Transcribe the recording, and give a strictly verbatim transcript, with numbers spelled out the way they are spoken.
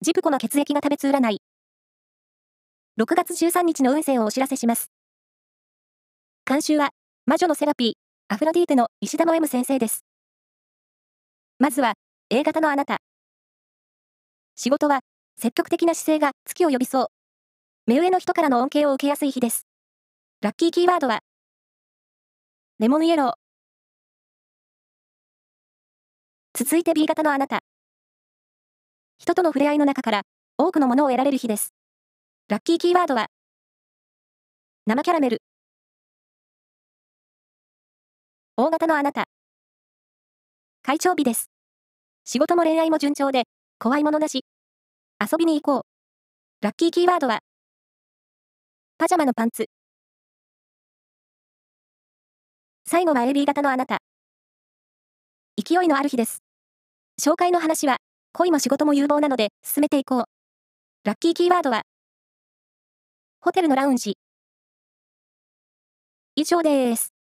ジプコの血液が食べつ占い。ろくがつじゅうさんにちの運勢をお知らせします。監修は、魔女のセラピー、アフロディーテの石田の M 先生です。まずは、A 型のあなた。仕事は、積極的な姿勢が月を呼びそう。目上の人からの恩恵を受けやすい日です。ラッキーキーワードは、レモンイエロー。続いて B 型のあなた。人との触れ合いの中から、多くのものを得られる日です。ラッキーキーワードは、生キャラメル。O 型のあなた。会長日です。仕事も恋愛も順調で、怖いものなし。遊びに行こう。ラッキーキーワードは、パジャマのパンツ。最後は エービー 型のあなた。勢いのある日です。紹介の話は、恋も仕事も有望なので、進めていこう。ラッキーキーワードは、ホテルのラウンジ。以上です。